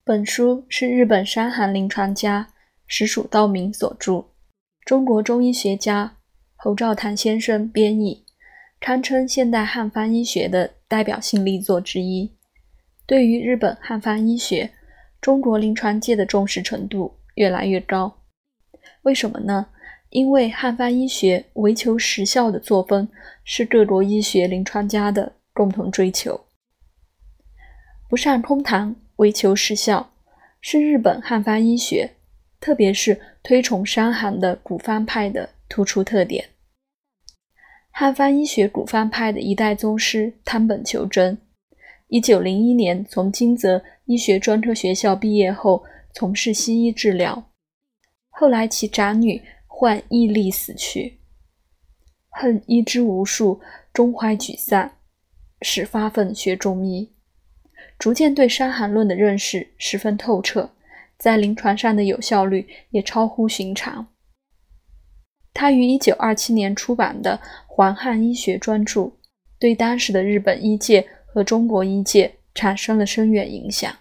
本书是日本伤寒临床家石蜀道明所著，中国中医学家侯兆谭先生编译，堪称现代汉方医学的代表性力作之一。对于日本汉方医学，中国临床界的重视程度越来越高。为什么呢？因为汉方医学唯求实效的作风是各国医学临床家的共同追求。不善空谈，唯求实效，是日本汉方医学，特别是推崇伤寒的古方派的突出特点。汉方医学古方派的一代宗师汤本求真，1901年从金泽医学专科学校毕业后从事西医治疗，后来其长女患疫痢死去，恨医之无术，终怀沮丧，始发奋学中医，逐渐对伤寒论的认识十分透彻，在临床上的有效率也超乎寻常。他于1927年出版的《黄汉医学专著》对当时的日本医界和中国医界产生了深远影响。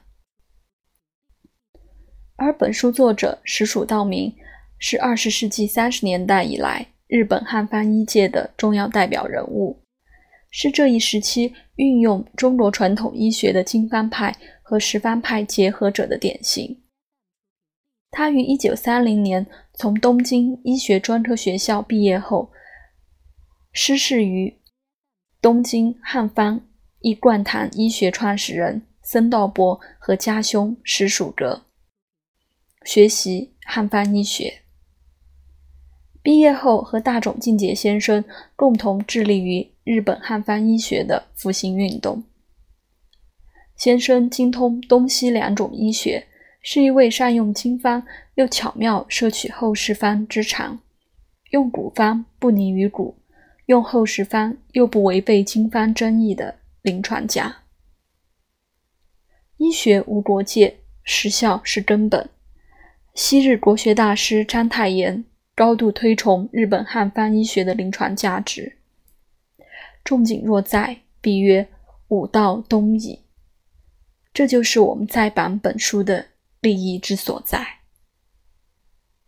而本书作者石蜀道明是20世纪30年代以来日本汉方医界的重要代表人物，是这一时期运用中国传统医学的经方派和实方派结合者的典型。他于1930年从东京医学专科学校毕业后，师事于东京汉方医贯堂医学创始人森道博和家兄石蜀阁，学习汉方医学。毕业后和大冢敬介先生共同致力于日本汉方医学的复兴运动。先生精通东西两种医学，是一位善用经方又巧妙摄取后世方之长，用古方不泥于骨，用后世方又不违背经方争议的临床家。医学无国界，实效是根本。昔日国学大师章太炎高度推崇日本汉方医学的临床价值。仲景若在，必曰吾道东矣。这就是我们再版本书的立意之所在。